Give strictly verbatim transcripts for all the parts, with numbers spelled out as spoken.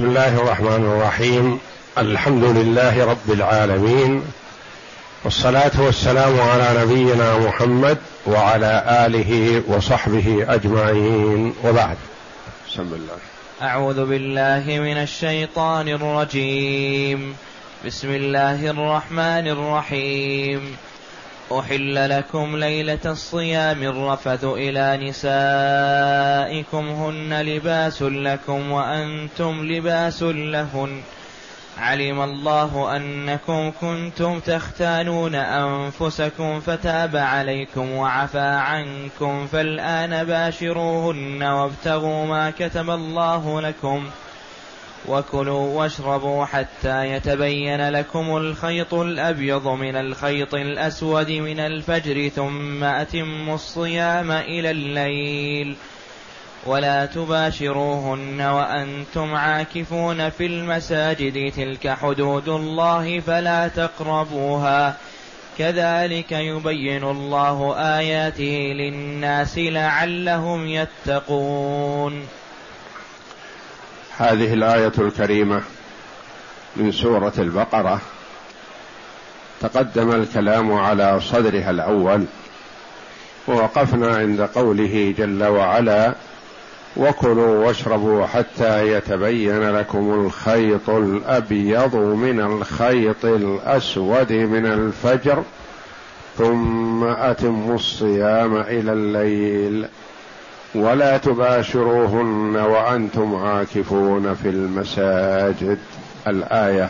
بسم الله الرحمن الرحيم. الحمد لله رب العالمين، والصلاة والسلام على نبينا محمد وعلى آله وصحبه أجمعين، وبعد. بسم الله. أعوذ بالله من الشيطان الرجيم. بسم الله الرحمن الرحيم. أحل لكم ليلة الصيام الرفث إلى نسائكم هن لباس لكم وأنتم لباس لهن، علم الله أنكم كنتم تختانون أنفسكم فتاب عليكم وعفى عنكم، فالآن باشروهن وابتغوا ما كتب الله لكم، وكلوا واشربوا حتى يتبين لكم الخيط الأبيض من الخيط الأسود من الفجر، ثم أتموا الصيام إلى الليل، ولا تباشروهن وأنتم عاكفون في المساجد، تلك حدود الله فلا تقربوها، كذلك يبين الله آياته للناس لعلهم يتقون. هذه الآية الكريمة من سورة البقرة تقدم الكلام على صدرها الأول، ووقفنا عند قوله جل وعلا: وكلوا واشربوا حتى يتبين لكم الخيط الأبيض من الخيط الأسود من الفجر ثم أتموا الصيام إلى الليل ولا تباشروهن وأنتم عاكفون في المساجد. الآية.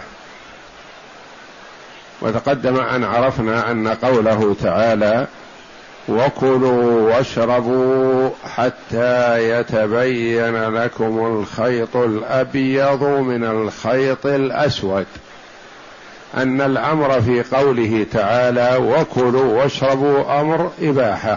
وتقدم أن عرفنا أن قوله تعالى: وكلوا واشربوا حتى يتبين لكم الخيط الأبيض من الخيط الأسود، أن الأمر في قوله تعالى وكلوا واشربوا أمر إباحة،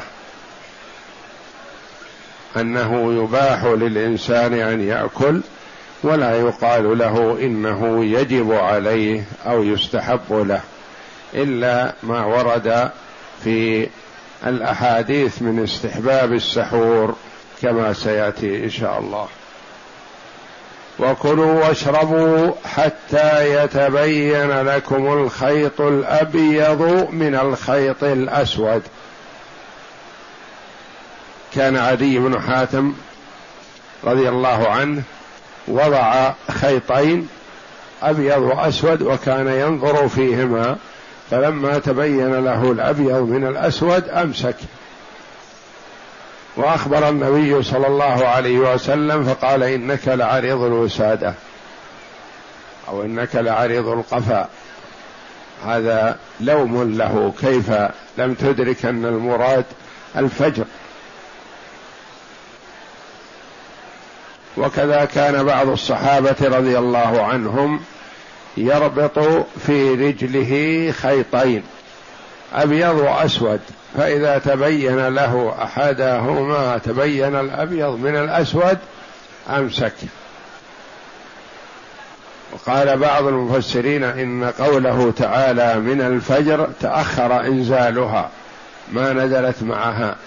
أنه يباح للإنسان أن يأكل، ولا يقال له إنه يجب عليه أو يستحب له، إلا ما ورد في الأحاديث من استحباب السحور كما سيأتي إن شاء الله. وكلوا واشربوا حتى يتبين لكم الخيط الأبيض من الخيط الأسود. كان عدي بن حاتم رضي الله عنه وضع خيطين أبيض وأسود وكان ينظر فيهما، فلما تبين له الأبيض من الأسود أمسك، وأخبر النبي صلى الله عليه وسلم فقال: إنك لعريض الوسادة، أو إنك لعريض القفا. هذا لوم له، كيف لم تدرك أن المراد الفجر؟ وكذا كان بعض الصحابة رضي الله عنهم يربط في رجله خيطين أبيض وأسود، فإذا تبين له أحدهما تبين الأبيض من الأسود أمسك. وقال بعض المفسرين إن قوله تعالى من الفجر تأخر إنزالها، ما نزلت معها،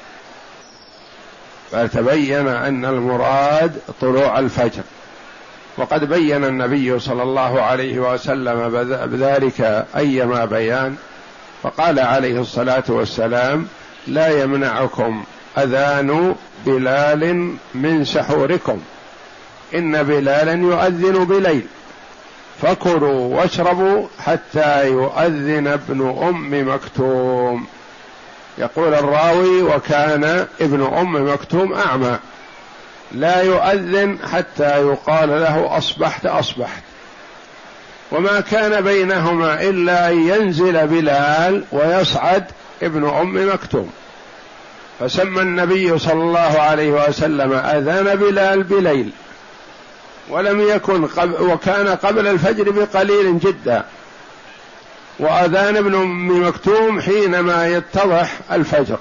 فتبين أن المراد طلوع الفجر. وقد بين النبي صلى الله عليه وسلم بذلك أيما بيان، فقال عليه الصلاة والسلام: لا يمنعكم أذان بلال من سحوركم، إن بلالا يؤذن بليل، فكلوا واشربوا حتى يؤذن ابن أم مكتوم. يقول الراوي: وكان ابن أم مكتوم أعمى، لا يؤذن حتى يقال له أصبحت أصبحت، وما كان بينهما إلا أن ينزل بلال ويصعد ابن أم مكتوم، فسمى النبي صلى الله عليه وسلم أذان بلال بليل، ولم يكن قبل، وكان قبل الفجر بقليل جدا، وأذان ابن أم مكتوم حينما يتضح الفجر.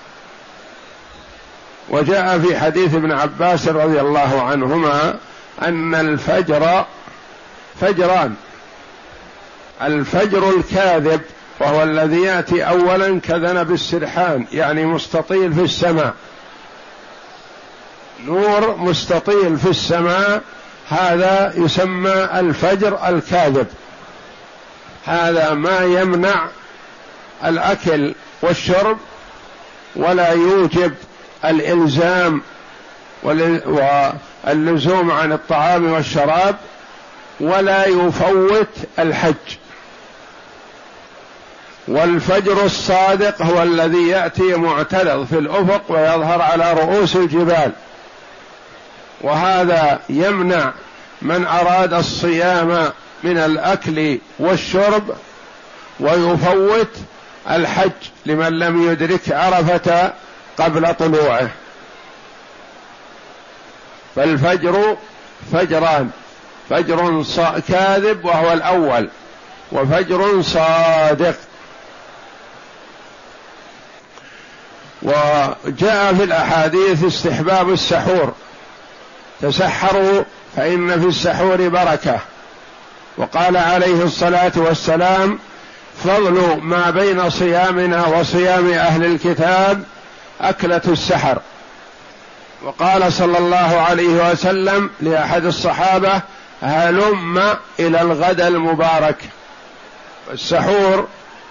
وجاء في حديث ابن عباس رضي الله عنهما أن الفجر فجران: الفجر الكاذب وهو الذي يأتي أولا كذنب السرحان، يعني مستطيل في السماء، نور مستطيل في السماء هذا يسمى الفجر الكاذب، هذا ما يمنع الأكل والشرب ولا يوجب الإلزام واللزوم عن الطعام والشراب ولا يفوت الحج. والفجر الصادق هو الذي يأتي معترض في الأفق ويظهر على رؤوس الجبال، وهذا يمنع من أراد الصيام من الأكل والشرب ويفوت الحج لمن لم يدرك عرفة قبل طلوعه. فالفجر فجران، فجر كاذب وهو الأول، وفجر صادق. وجاء في الأحاديث استحباب السحور، تسحروا فإن في السحور بركة. وقال عليه الصلاة والسلام: فضل ما بين صيامنا وصيام أهل الكتاب أكلة السحر. وقال صلى الله عليه وسلم لأحد الصحابة: هلم إلى الغد المبارك. السحور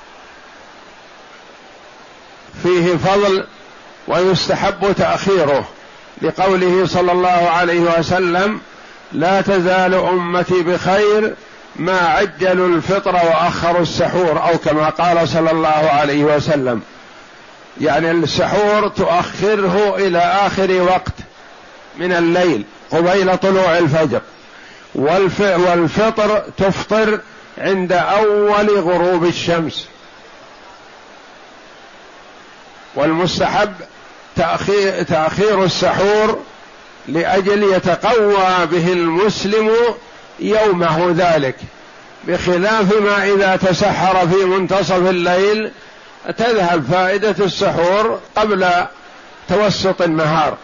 فيه فضل ويستحب تأخيره، لقوله صلى الله عليه وسلم: لا تزال أمتي بخير ما عجلوا الفطر وأخروا السحور، أو كما قال صلى الله عليه وسلم. يعني السحور تؤخره إلى آخر وقت من الليل قبيل طلوع الفجر، والفطر تفطر عند أول غروب الشمس. والمستحب تأخير, تأخير السحور لأجل يتقوى به المسلم يومه ذلك، بخلاف ما إذا تسحر في منتصف الليل تذهب فائدة السحور قبل توسط النهار.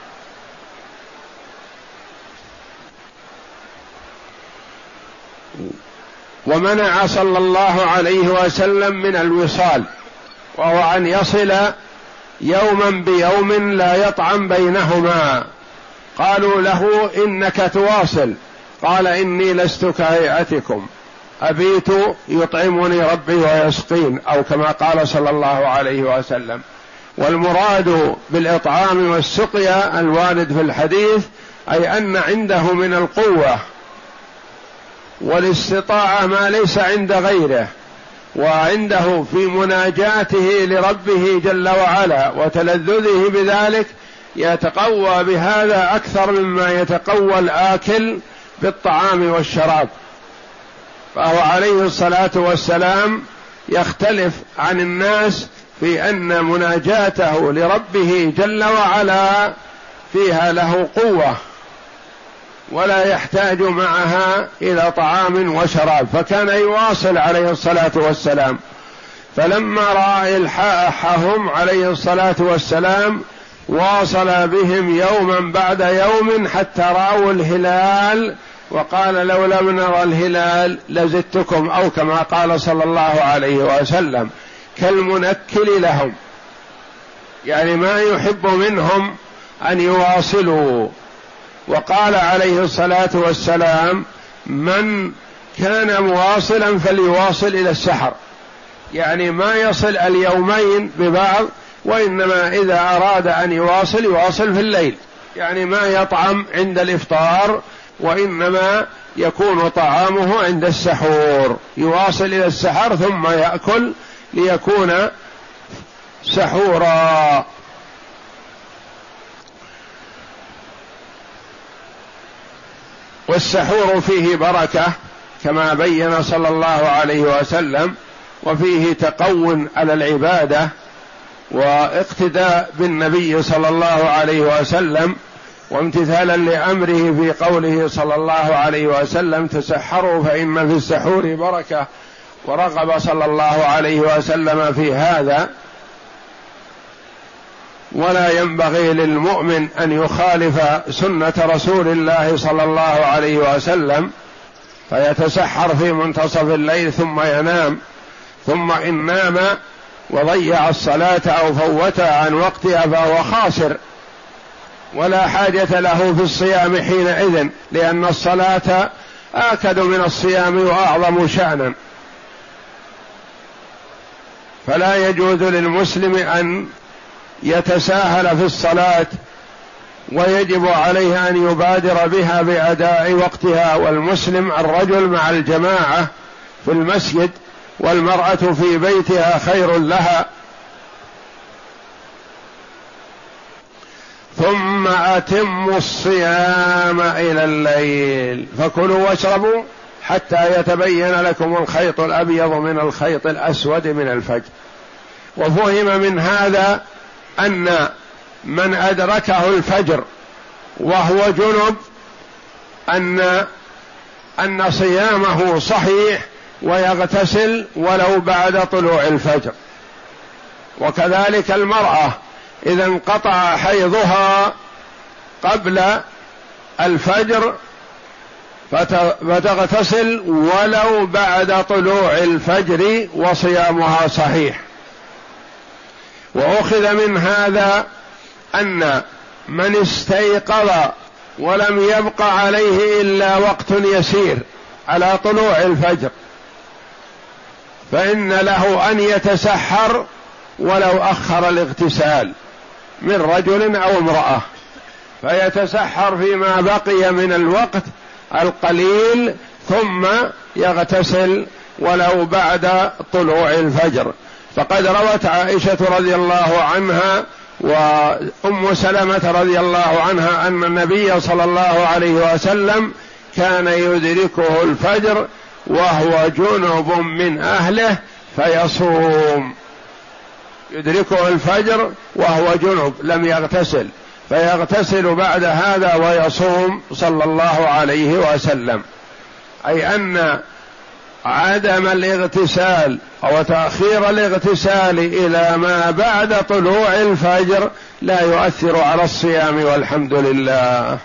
ومنع صلى الله عليه وسلم من الوصال، وهو أن يصل يوما بيوم لا يطعم بينهما. قالوا له: إنك تواصل. قال: إني لست كهيئتكم، أبيت يطعمني ربي ويسقين، أو كما قال صلى الله عليه وسلم. والمراد بالإطعام والسقيا الوارد في الحديث أي أن عنده من القوة والاستطاعة ما ليس عند غيره، وعنده في مناجاته لربه جل وعلا وتلذذه بذلك يتقوى بهذا أكثر مما يتقوى الآكل بالطعام والشراب. فهو عليه الصلاة والسلام يختلف عن الناس في أن مناجاته لربه جل وعلا فيها له قوة ولا يحتاج معها إلى طعام وشراب، فكان يواصل عليه الصلاة والسلام. فلما رأى إلحاحهم عليه الصلاة والسلام واصل بهم يوما بعد يوم حتى رأوا الهلال، وقال: لو لم نرى الهلال لزدتكم، أو كما قال صلى الله عليه وسلم، كالمنكل لهم، يعني ما يحب منهم أن يواصلوا. وقال عليه الصلاة والسلام: من كان مواصلا فليواصل إلى السحر، يعني ما يصل اليومين ببعض، وإنما إذا أراد أن يواصل يواصل في الليل، يعني ما يطعم عند الإفطار، وإنما يكون طعامه عند السحور، يواصل إلى السحر ثم يأكل ليكون سحورا. والسحور فيه بركة كما بين صلى الله عليه وسلم، وفيه تقو على العبادة واقتداء بالنبي صلى الله عليه وسلم، وامتثالا لأمره في قوله صلى الله عليه وسلم: تسحروا فإن في السحور بركة. ورغب صلى الله عليه وسلم في هذا. ولا ينبغي للمؤمن أن يخالف سنة رسول الله صلى الله عليه وسلم فيتسحر في منتصف الليل ثم ينام، ثم إن نام وضيع الصلاة أو فوتها عن وقتها فهو خاسر، ولا حاجة له في الصيام حينئذ، لأن الصلاة آكد من الصيام وأعظم شأنا. فلا يجوز للمسلم أن يتساهل في الصلاة، ويجب عليه أن يبادر بها بأداء وقتها. والمسلم الرجل مع الجماعة في المسجد، والمرأة في بيتها خير لها. ثم أتموا الصيام إلى الليل فكلوا واشربوا حتى يتبين لكم الخيط الأبيض من الخيط الأسود من الفجر. وفهم من هذا أن من أدركه الفجر وهو جنب أن أن صيامه صحيح، ويغتسل ولو بعد طلوع الفجر. وكذلك المرأة إذا انقطع حيضها قبل الفجر فتغتسل ولو بعد طلوع الفجر وصيامها صحيح. وأخذ من هذا أن من استيقظ ولم يبق عليه إلا وقت يسير على طلوع الفجر فإن له أن يتسحر ولو أخر الاغتسال من رجل أو امرأة، فيتسحر فيما بقي من الوقت القليل ثم يغتسل ولو بعد طلوع الفجر. فقد روت عائشة رضي الله عنها وأم سلمة رضي الله عنها أن النبي صلى الله عليه وسلم كان يدركه الفجر وهو جنب من أهله فيصوم، يدركه الفجر وهو جنب لم يغتسل فيغتسل بعد هذا ويصوم صلى الله عليه وسلم. أي أن عدم الاغتسال أو تأخير الاغتسال إلى ما بعد طلوع الفجر لا يؤثر على الصيام والحمد لله.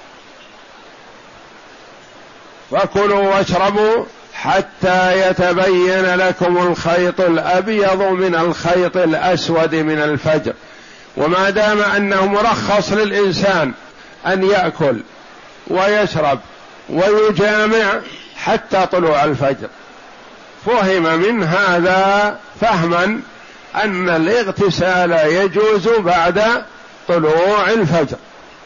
فكلوا واشربوا حتى يتبين لكم الخيط الأبيض من الخيط الأسود من الفجر. وما دام أنه مرخص للإنسان أن يأكل ويشرب ويجامع حتى طلوع الفجر، فهم من هذا فهما أن الاغتسال يجوز بعد طلوع الفجر،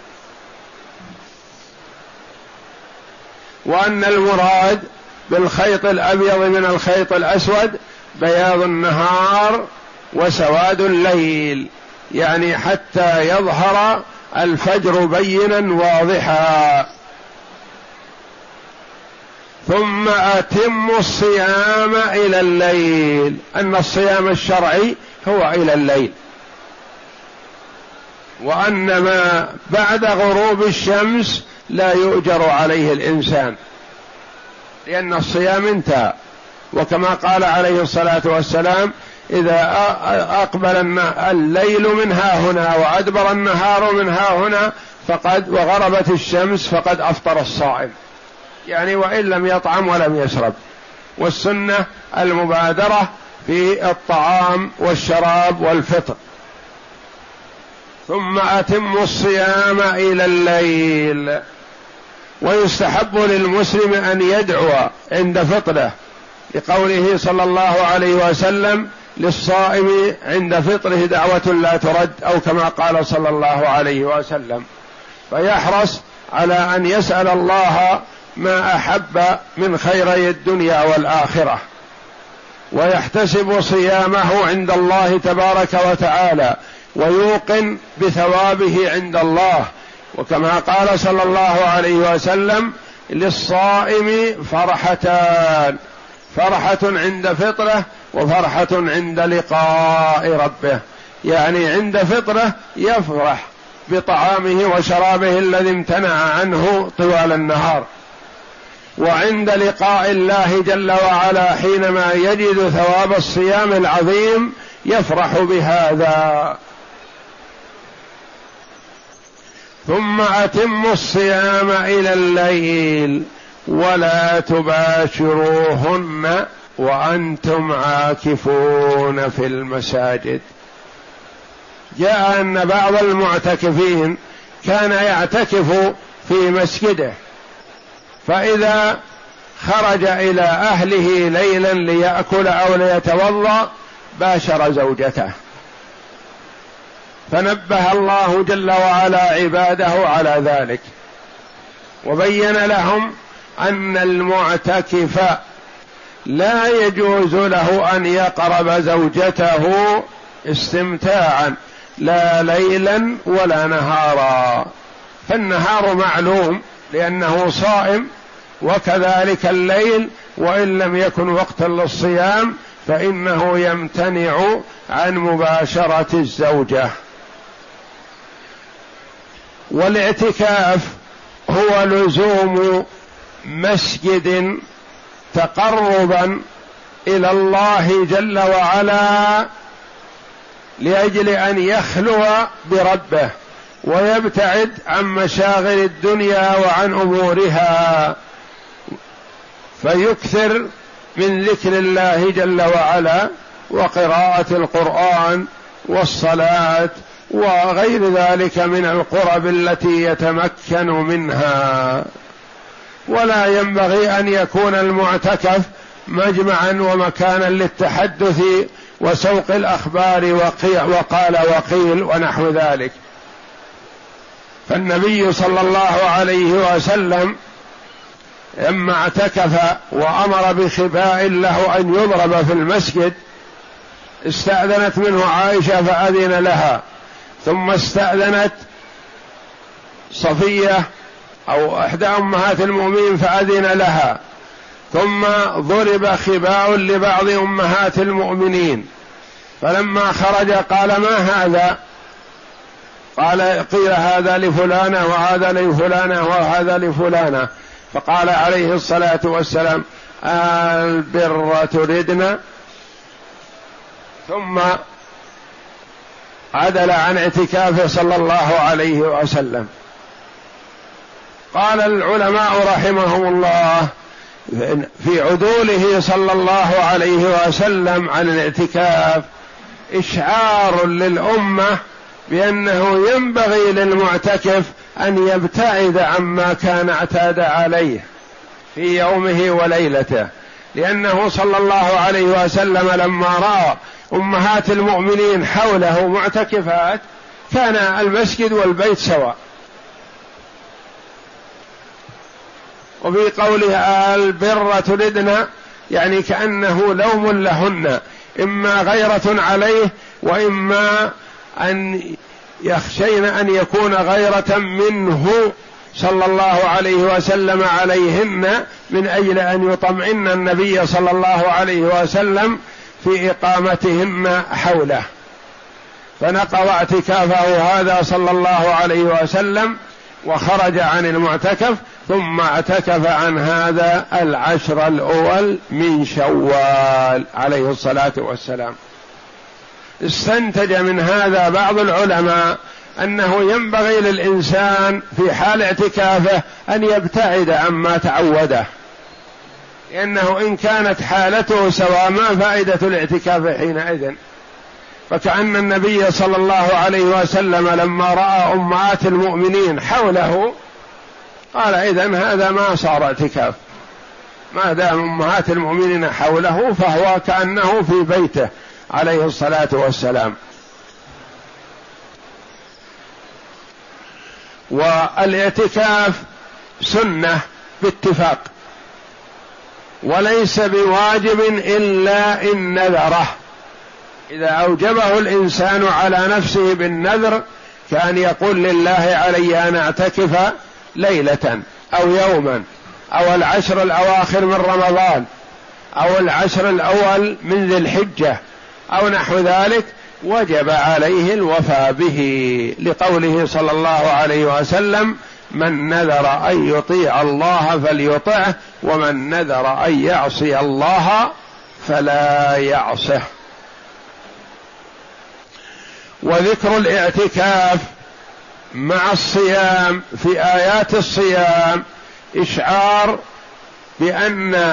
وأن المراد بالخيط الأبيض من الخيط الأسود بياض النهار وسواد الليل، يعني حتى يظهر الفجر بينا واضحا. ثم أتموا الصيام إلى الليل، أن الصيام الشرعي هو إلى الليل، وأن ما بعد غروب الشمس لا يؤجر عليه الإنسان لأن الصيام انتهى. وكما قال عليه الصلاة والسلام: إذا أقبل الليل من ها هنا وأدبر النهار من ها هنا فقد وغربت الشمس فقد أفطر الصائم، يعني وإن لم يطعم ولم يشرب. والسنة المبادرة في الطعام والشراب والفطر. ثم أتموا الصيام إلى الليل. ويستحب للمسلم أن يدعو عند فطره لقوله صلى الله عليه وسلم: للصائم عند فطره دعوة لا ترد، أو كما قال صلى الله عليه وسلم. فيحرص على أن يسأل الله ما أحب من خيري الدنيا والآخرة، ويحتسب صيامه عند الله تبارك وتعالى، ويوقن بثوابه عند الله. وكما قال صلى الله عليه وسلم: للصائم فرحتان، فرحة عند فطره وفرحة عند لقاء ربه، يعني عند فطره يفرح بطعامه وشرابه الذي امتنع عنه طوال النهار، وعند لقاء الله جل وعلا حينما يجد ثواب الصيام العظيم يفرح بهذا. ثم أتموا الصيام إلى الليل ولا تباشروهن وأنتم عاكفون في المساجد. جاء أن بعض المعتكفين كان يعتكف في مسجده، فإذا خرج إلى أهله ليلا ليأكل أو ليتوضأ باشر زوجته، فنبه الله جل وعلا عباده على ذلك، وبين لهم أن المعتكف لا يجوز له أن يقرب زوجته استمتاعا لا ليلا ولا نهارا، فالنهار معلوم لأنه صائم، وكذلك الليل وإن لم يكن وقتا للصيام فإنه يمتنع عن مباشرة الزوجة. والاعتكاف هو لزوم مسجد تقربا إلى الله جل وعلا لأجل أن يخلو بربه ويبتعد عن مشاغل الدنيا وعن أمورها، فيكثر من ذكر الله جل وعلا وقراءة القرآن والصلاة وغير ذلك من القرب التي يتمكن منها. ولا ينبغي أن يكون المعتكف مجمعا ومكانا للتحدث وسوق الأخبار وقال وقيل ونحو ذلك. فالنبي صلى الله عليه وسلم لما اعتكف وأمر بخباء له أن يضرب في المسجد استأذنت منه عائشة فأذن لها، ثم استأذنت صفية أو إحدى أمهات المؤمنين فأذن لها، ثم ضرب خباء لبعض أمهات المؤمنين، فلما خرج قال ما هذا؟ قال قيل هذا لفلانة وهذا لفلانة وهذا لفلانة، فقال عليه الصلاة والسلام البر تردنا، ثم عدل عن اعتكافه صلى الله عليه وسلم. قال العلماء رحمهم الله في عدوله صلى الله عليه وسلم عن الاعتكاف إشعار للأمة بأنه ينبغي للمعتكف أن يبتعد عما كان اعتاد عليه في يومه وليلته، لأنه صلى الله عليه وسلم لما رأى أمهات المؤمنين حوله معتكفات كان المسجد والبيت سواء. وفي قوله البر تردنا يعني كأنه لوم لهن، إما غيرة عليه وإما أن يخشين أن يكون غيرة منه صلى الله عليه وسلم عليهن من أجل أن يطمئن النبي صلى الله عليه وسلم في إقامتهن حوله، فنقض اعتكافه هذا صلى الله عليه وسلم وخرج عن المعتكف، ثم اعتكف عن هذا العشر الأول من شوال عليه الصلاة والسلام. استنتج من هذا بعض العلماء أنه ينبغي للإنسان في حال اعتكافه أن يبتعد عما تعوده، لأنه إن كانت حالته سواء ما فائدة الاعتكاف حينئذ. فكأن النبي صلى الله عليه وسلم لما رأى أمهات المؤمنين حوله قال إذن هذا ما صار اعتكاف، ما دام أمهات المؤمنين حوله فهو كأنه في بيته عليه الصلاة والسلام. والاعتكاف سنة باتفاق، وليس بواجب إلا إن نذره، إذا أوجبه الإنسان على نفسه بالنذر كان يقول لله علي أن أعتكف ليلة أو يوما أو العشر الأواخر من رمضان أو العشر الأول من ذي الحجة أو نحو ذلك، وجب عليه الوفاء به، لقوله صلى الله عليه وسلم من نذر أن يطيع الله فليطعه ومن نذر أن يعصي الله فلا يعصه. وذكر الاعتكاف مع الصيام في آيات الصيام إشعار بأن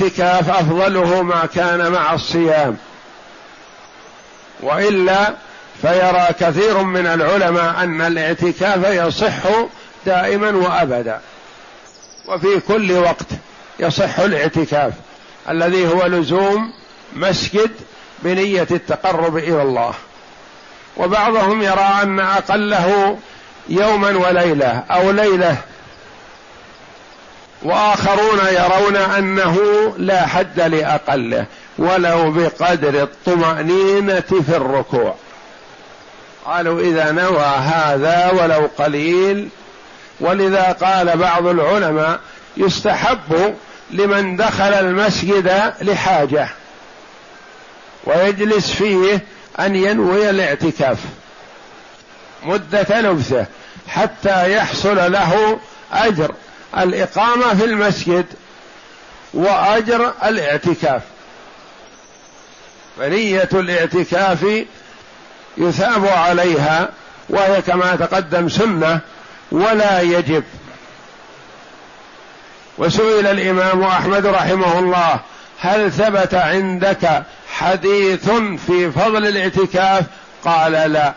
الاعتكاف أفضله ما كان مع الصيام، وإلا فيرى كثير من العلماء أن الاعتكاف يصح دائما وأبدا، وفي كل وقت يصح الاعتكاف الذي هو لزوم مسجد بنية التقرب إلى الله. وبعضهم يرى أن أقله يوما وليلة أو ليلة، وآخرون يرون أنه لا حد لأقله ولو بقدر الطمأنينة في الركوع. قالوا إذا نوى هذا ولو قليل. ولذا قال بعض العلماء يستحب لمن دخل المسجد لحاجة ويجلس فيه أن ينوي الاعتكاف مدة لبثه حتى يحصل له أجر الإقامة في المسجد وأجر الاعتكاف. فنية الاعتكاف يثاب عليها، وهي كما تقدم سنة ولا يجب. وسئل الإمام أحمد رحمه الله: هل ثبت عندك حديث في فضل الاعتكاف؟ قال: لا،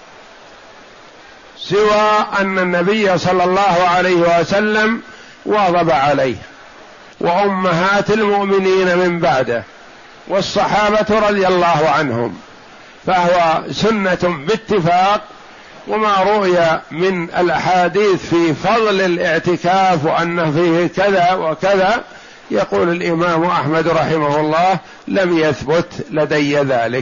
سوى أن النبي صلى الله عليه وسلم واظب عليه، وأمهات المؤمنين من بعده، والصحابة رضي الله عنهم، فهو سنة باتفاق. وما رؤي من الأحاديث في فضل الاعتكاف وأن فيه كذا وكذا، يقول الإمام أحمد رحمه الله: لم يثبت لدي ذلك.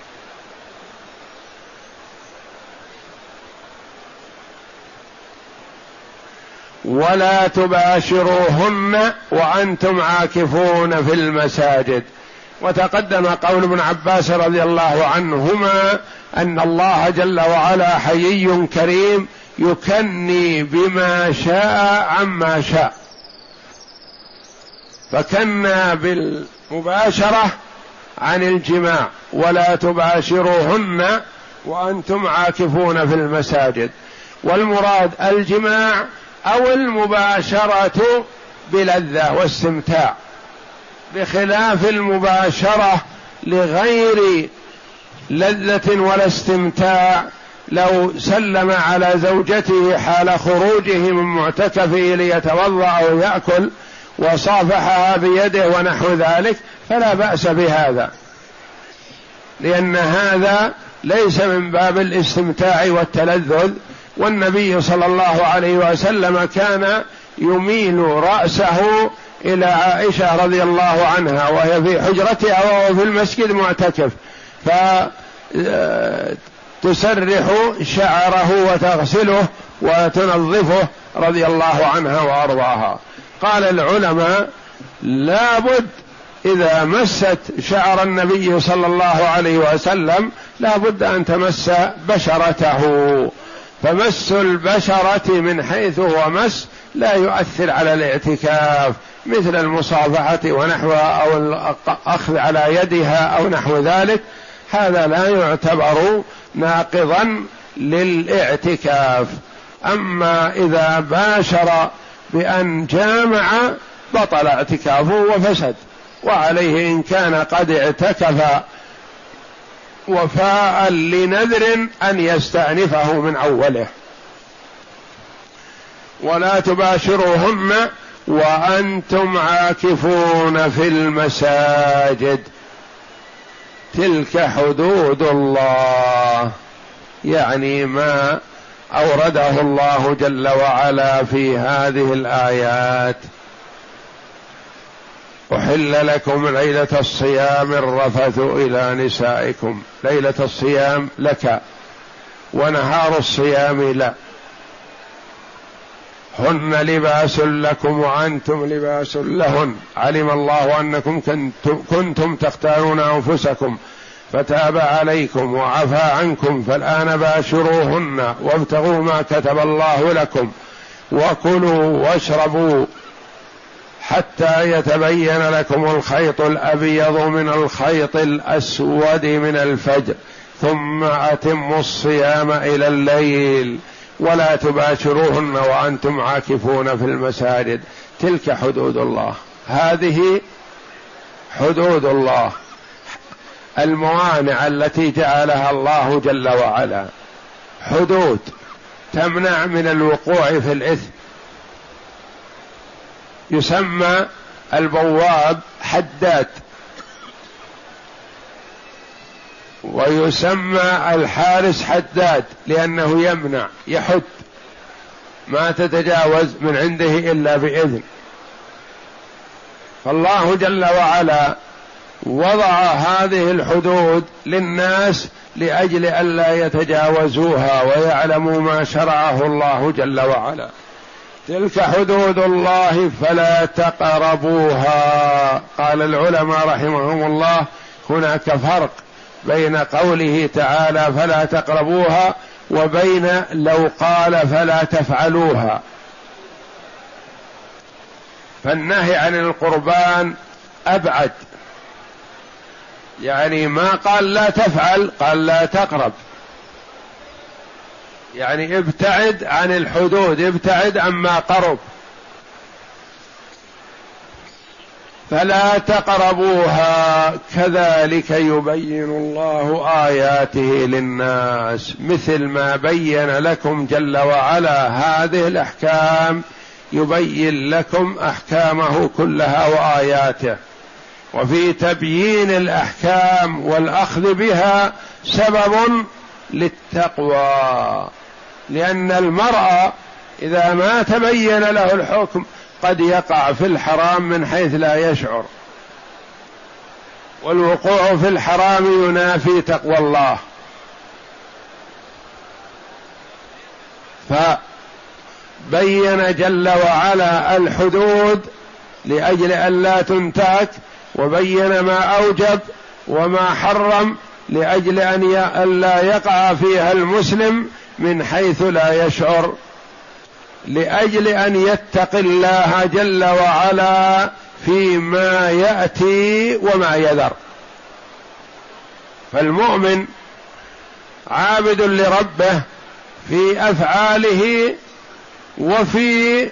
ولا تباشروهن وأنتم عاكفون في المساجد. وتقدم قول ابن عباس رضي الله عنهما أن الله جل وعلا حيي كريم يكني بما شاء عما شاء، فكنا بالمباشرة عن الجماع: ولا تباشروهن وأنتم عاكفون في المساجد. والمراد الجماع أو المباشرة بلذة واستمتاع، بخلاف المباشرة لغير لذة ولا استمتاع. لو سلم على زوجته حال خروجه من معتكفه ليتوضأ أو يأكل وصافحها بيده ونحو ذلك فلا بأس بهذا، لأن هذا ليس من باب الاستمتاع والتلذذ. والنبي صلى الله عليه وسلم كان يميل رأسه إلى عائشة رضي الله عنها وهي في حجرتها وهو في المسجد معتكف، فتسرح شعره وتغسله وتنظفه رضي الله عنها وأرضاها. قال العلماء: لابد إذا مست شعر النبي صلى الله عليه وسلم لابد أن تمس بشرته، فمس البشرة من حيث هو مس لا يؤثر على الاعتكاف، مثل المصافحة ونحوها أو الأخذ على يدها أو نحو ذلك، هذا لا يعتبر ناقضا للاعتكاف. أما إذا باشر بأن جامع بطل اعتكافه وفسد، وعليه إن كان قد اعتكف وفاء لنذر أن يستأنفه من أوله. ولا تباشروهن وأنتم عاكفون في المساجد، تلك حدود الله، يعني ما أورده الله جل وعلا في هذه الآيات. أحل لكم ليلة الصيام الرفث إلى نسائكم. ليلة الصيام لك، ونهار الصيام لا. هن لباس لكم وأنتم لباس لهن، علم الله أنكم كنتم تختارون أنفسكم فتاب عليكم وعفى عنكم، فالآن باشروهن وابتغوا ما كتب الله لكم، وكلوا واشربوا حتى يتبين لكم الخيط الأبيض من الخيط الأسود من الفجر، ثم أتموا الصيام إلى الليل، ولا تباشروهن وأنتم عاكفون في المساجد. تلك حدود الله، هذه حدود الله. الموانع التي جعلها الله جل وعلا، حدود تمنع من الوقوع في الإثم. يسمى البواب حداد، ويسمى الحارس حداد لأنه يمنع يحد، ما تتجاوز من عنده إلا بإذن. فالله جل وعلا وضع هذه الحدود للناس لأجل ألا يتجاوزوها ويعلموا ما شرعه الله جل وعلا. تلك حدود الله فلا تقربوها. قال العلماء رحمهم الله هناك فرق بين قوله تعالى فلا تقربوها وبين لو قال فلا تفعلوها. فالنهي عن القربان أبعد، يعني ما قال لا تفعل، قال لا تقرب، يعني ابتعد عن الحدود، ابتعد عما قرب. فلا تقربوها كذلك يبين الله آياته للناس، مثل ما بين لكم جل وعلا هذه الأحكام يبين لكم أحكامه كلها وآياته. وفي تبيين الأحكام والأخذ بها سبب للتقوى، لأن المرء إذا ما تبين له الحكم قد يقع في الحرام من حيث لا يشعر، والوقوع في الحرام ينافي تقوى الله. فبين جل وعلا الحدود لأجل أن لا تنتهك، وبين ما أوجب وما حرم لأجل أن لا يقع فيها المسلم من حيث لا يشعر، لأجل أن يتقي الله جل وعلا فيما يأتي وما يذر. فالمؤمن عابد لربه في أفعاله وفي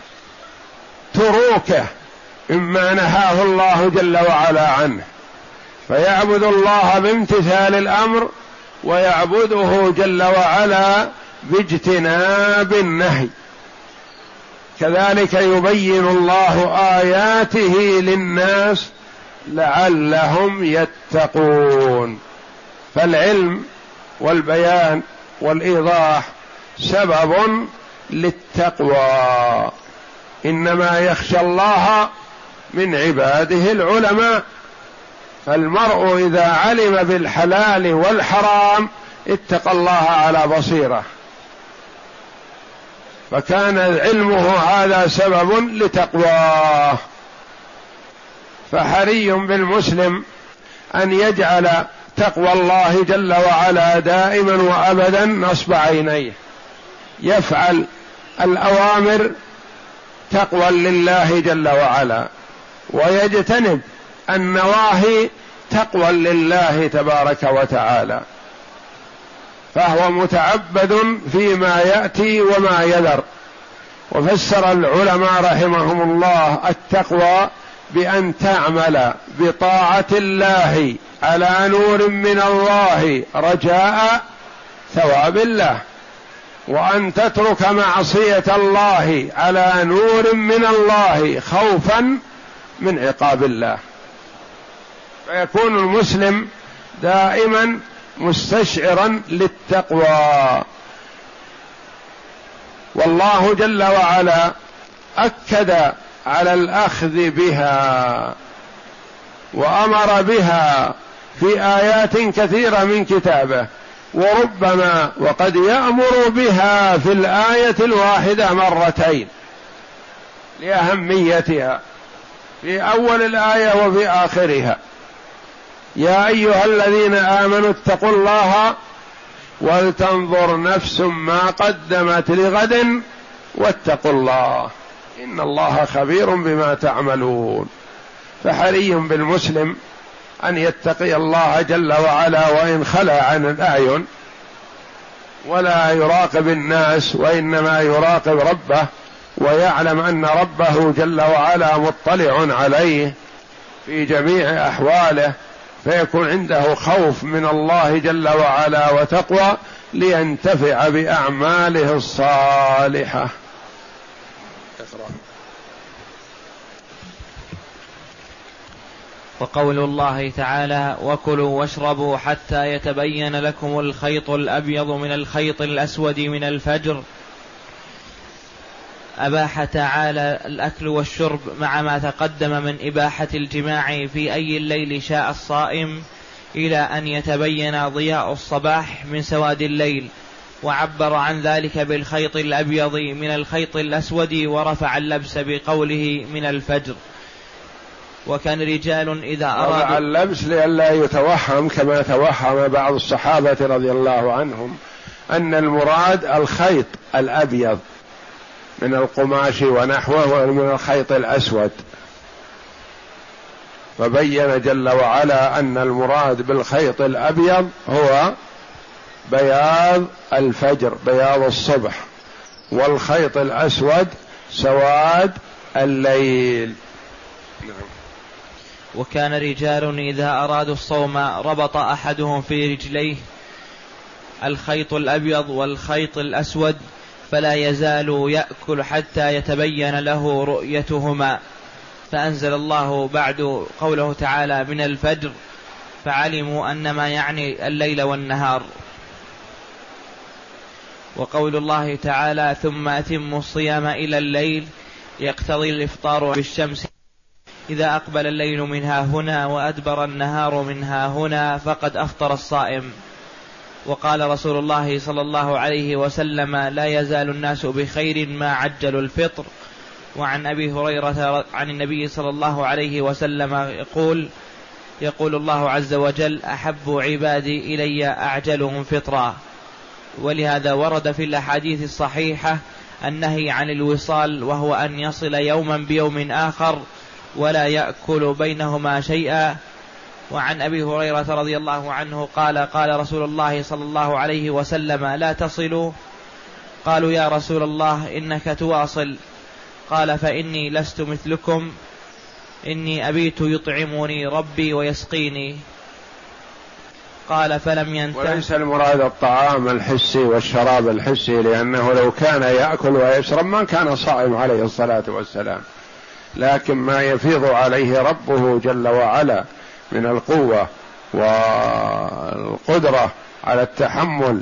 تروكه مما نهاه الله جل وعلا عنه، فيعبد الله بامتثال الأمر ويعبده جل وعلا باجتناب النهي. كذلك يبين الله آياته للناس لعلهم يتقون. فالعلم والبيان والإيضاح سبب للتقوى، إنما يخشى الله من عباده العلماء. فالمرء إذا علم بالحلال والحرام اتقى الله على بصيرة، فكان علمه هذا سبب لتقواه. فحري بالمسلم أن يجعل تقوى الله جل وعلا دائما وأبدا نصب عينيه، يفعل الأوامر تقوى لله جل وعلا، ويجتنب النواهي تقوى لله تبارك وتعالى، فهو متعبد فيما يأتي وما يذر. وفسر العلماء رحمهم الله التقوى بأن تعمل بطاعة الله على نور من الله رجاء ثواب الله، وأن تترك معصية الله على نور من الله خوفا من عقاب الله. فيكون المسلم دائما مستشعرا للتقوى. والله جل وعلا أكد على الأخذ بها وأمر بها في آيات كثيرة من كتابه، وربما وقد يأمر بها في الآية الواحدة مرتين لأهميتها، في أول الآية وفي آخرها. يا أيها الذين آمنوا اتقوا الله ولتنظر نفس ما قدمت لغد واتقوا الله إن الله خبير بما تعملون. فحري بالمسلم أن يتقي الله جل وعلا وإن خلا عن الأعين، ولا يراقب الناس وإنما يراقب ربه، ويعلم أن ربه جل وعلا مطلع عليه في جميع أحواله فيكون عنده خوف من الله جل وعلا وتقوى لينتفع بأعماله الصالحة. اقرأ. وقول الله تعالى: وكلوا واشربوا حتى يتبين لكم الخيط الأبيض من الخيط الأسود من الفجر. أباح تعالى الأكل والشرب مع ما تقدم من إباحة الجماع في أي الليل شاء الصائم إلى أن يتبين ضياء الصباح من سواد الليل، وعبر عن ذلك بالخيط الأبيض من الخيط الأسود، ورفع اللبس بقوله من الفجر. وكان رجال إذا أرادوا رفع اللبس لئلا يتوهم كما توهم بعض الصحابة رضي الله عنهم أن المراد الخيط الأبيض من القماش ونحوه ومن الخيط الأسود، فبين جل وعلا أن المراد بالخيط الأبيض هو بياض الفجر، بياض الصبح، والخيط الأسود سواد الليل. وكان رجال إذا أرادوا الصوم ربط أحدهم في رجليه الخيط الأبيض والخيط الأسود، فلا يزال يأكل حتى يتبين له رؤيتهما، فأنزل الله بعد قوله تعالى من الفجر، فعلموا أن ما يعني الليل والنهار. وقول الله تعالى ثم أتموا الصيام إلى الليل يقتضي الإفطار بالشمس إذا أقبل الليل منها هنا وأدبر النهار منها هنا فقد أفطر الصائم. وقال رسول الله صلى الله عليه وسلم لا يزال الناس بخير ما عجلوا الفطر. وعن أبي هريرة عن النبي صلى الله عليه وسلم يقول يقول الله عز وجل أحب عبادي إلي أعجلهم فطرا. ولهذا ورد في الأحاديث الصحيحة النهي عن الوصال، وهو أن يصل يوما بيوم آخر ولا يأكل بينهما شيئا. وعن أبي هريرة رضي الله عنه قال قال رسول الله صلى الله عليه وسلم لا تصلوا. قالوا يا رسول الله إنك تواصل. قال فإني لست مثلكم، إني أبيت يطعمني ربي ويسقيني. قال فلم ينته. وليس المراد الطعام الحسي والشراب الحسي، لأنه لو كان يأكل ويشرب ما كان صائم عليه الصلاة والسلام، لكن ما يفيض عليه ربه جل وعلا من القوة والقدرة على التحمل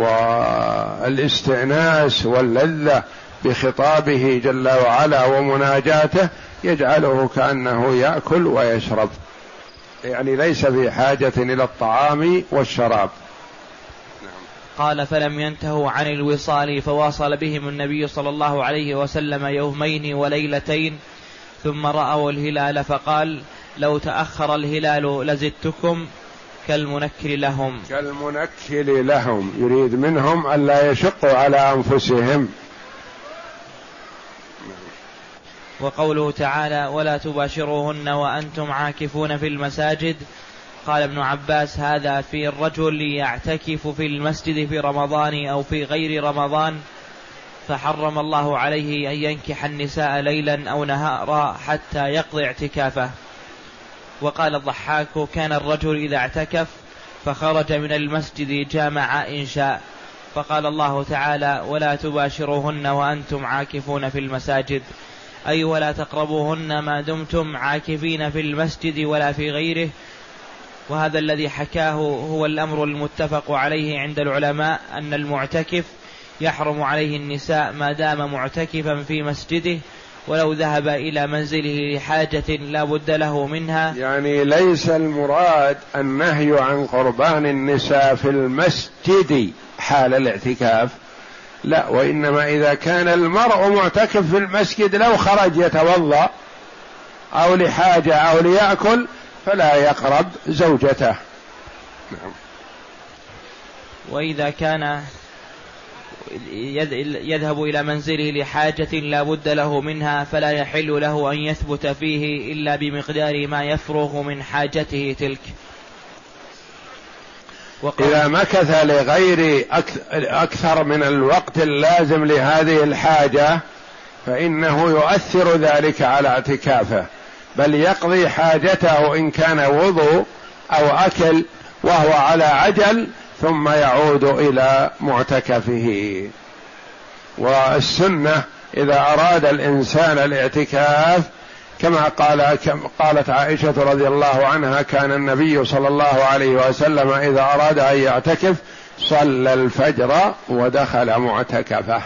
والاستئناس واللذة بخطابه جل وعلا ومناجاته يجعله كأنه يأكل ويشرب، يعني ليس في حاجة إلى الطعام والشراب. قال فلم ينتهوا عن الوصال فواصل بهم النبي صلى الله عليه وسلم يومين وليلتين، ثم رأوا الهلال فقال لو تأخر الهلال لزدتكم كالمنكر لهم. كالمنكر لهم يريد منهم ألا يشقوا على أنفسهم. وقوله تعالى ولا تباشروهن وأنتم عاكفون في المساجد. قال ابن عباس هذا في الرجل يعتكف في المسجد في رمضان أو في غير رمضان، فحرم الله عليه أن ينكح النساء ليلا أو نهارا حتى يقضي اعتكافه. وقال الضحاك كان الرجل إذا اعتكف فخرج من المسجد جامع إن شاء، فقال الله تعالى ولا تباشروهن وأنتم عاكفون في المساجد، أي ولا تقربوهن ما دمتم عاكفين في المسجد ولا في غيره. وهذا الذي حكاه هو الأمر المتفق عليه عند العلماء، أن المعتكف يحرم عليه النساء ما دام معتكفا في مسجده، ولو ذهب إلى منزله لحاجة لا بد له منها. يعني ليس المراد النهي عن قربان النساء في المسجد حال الاعتكاف، لا، وإنما إذا كان المرء معتكف في المسجد لو خرج يتوضأ أو لحاجة أو ليأكل فلا يقرب زوجته. نعم. وإذا كان يذهب إلى منزله لحاجة لا بد له منها فلا يحل له أن يثبت فيه إلا بمقدار ما يفرغ من حاجته تلك. إذا مكث لغير أكثر من الوقت اللازم لهذه الحاجة فإنه يؤثر ذلك على اعتكافه، بل يقضي حاجته إن كان وضوء أو أكل وهو على عجل ثم يعود إلى معتكفه. والسنة إذا أراد الإنسان الاعتكاف كما قال قالت عائشة رضي الله عنها: كان النبي صلى الله عليه وسلم إذا أراد أن يعتكف صلى الفجر ودخل معتكفه.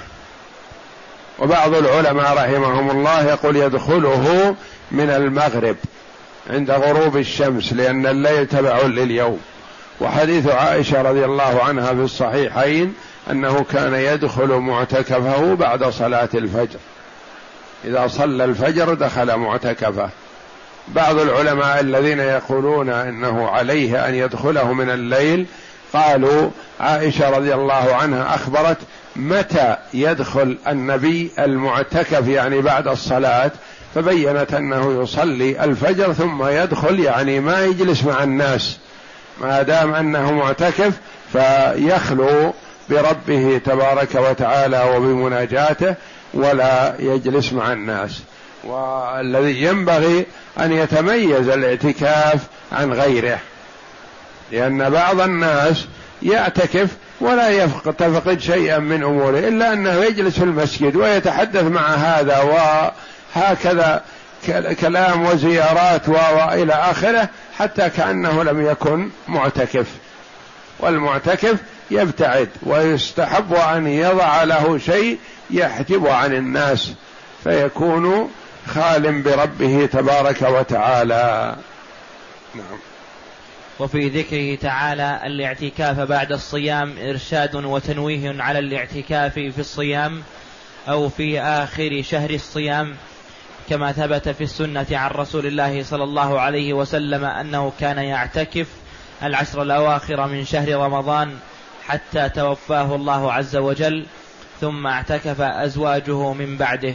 وبعض العلماء رحمهم الله يقول يدخله من المغرب عند غروب الشمس، لأن الليل تبع لليوم. وحديث عائشة رضي الله عنها في الصحيحين أنه كان يدخل معتكفه بعد صلاة الفجر، إذا صلى الفجر دخل معتكفه. بعض العلماء الذين يقولون إنه عليه أن يدخله من الليل قالوا عائشة رضي الله عنها أخبرت متى يدخل النبي المعتكف، يعني بعد الصلاة، فبينت أنه يصلي الفجر ثم يدخل، يعني ما يجلس مع الناس، ما دام أنه معتكف فيخلو بربه تبارك وتعالى وبمناجاته ولا يجلس مع الناس. والذي ينبغي أن يتميز الاعتكاف عن غيره، لأن بعض الناس يعتكف ولا يفقد شيئا من أموره إلا أنه يجلس في المسجد ويتحدث مع هذا وهكذا كلام وزيارات وإلى آخره، حتى كأنه لم يكن معتكف. والمعتكف يبتعد، ويستحب أن يضع له شيء يحجب عن الناس فيكون خال بربه تبارك وتعالى. نعم. وفي ذكره تعالى الاعتكاف بعد الصيام إرشاد وتنويه على الاعتكاف في الصيام أو في آخر شهر الصيام، كما ثبت في السنة عن رسول الله صلى الله عليه وسلم أنه كان يعتكف العشر الأواخر من شهر رمضان حتى توفاه الله عز وجل، ثم اعتكف أزواجه من بعده.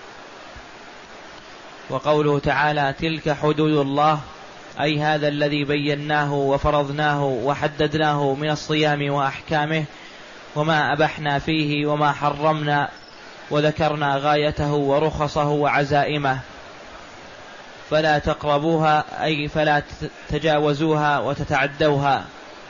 وقوله تعالى تلك حدود الله، أي هذا الذي بيناه وفرضناه وحددناه من الصيام وأحكامه، وما أبحنا فيه وما حرمنا، وذكرنا غايته ورخصه وعزائمه، فلا تقربوها أي فلا تجاوزوها وتتعدوها.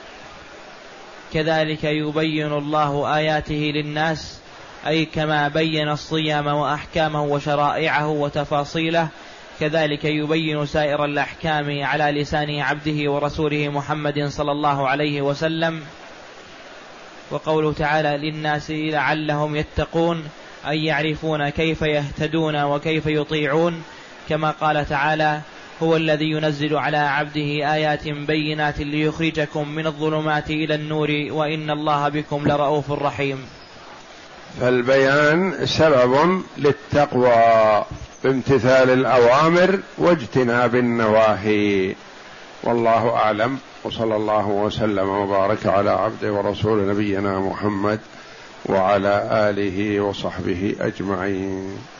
كذلك يبين الله آياته للناس، أي كما بين الصيام وأحكامه وشرائعه وتفاصيله، كذلك يبين سائر الأحكام على لسان عبده ورسوله محمد صلى الله عليه وسلم. وقوله تعالى للناس لعلهم يتقون، أي يعرفون كيف يهتدون وكيف يطيعون، كما قال تعالى هو الذي ينزل على عبده آيات بينات ليخرجكم من الظلمات إلى النور وإن الله بكم لرؤوف رحيم. فالبيان سبب للتقوى بامتثال الأوامر واجتناب النواهي. والله أعلم، وصلى الله وسلم وبارك على عبده ورسول نبينا محمد وعلى آله وصحبه أجمعين.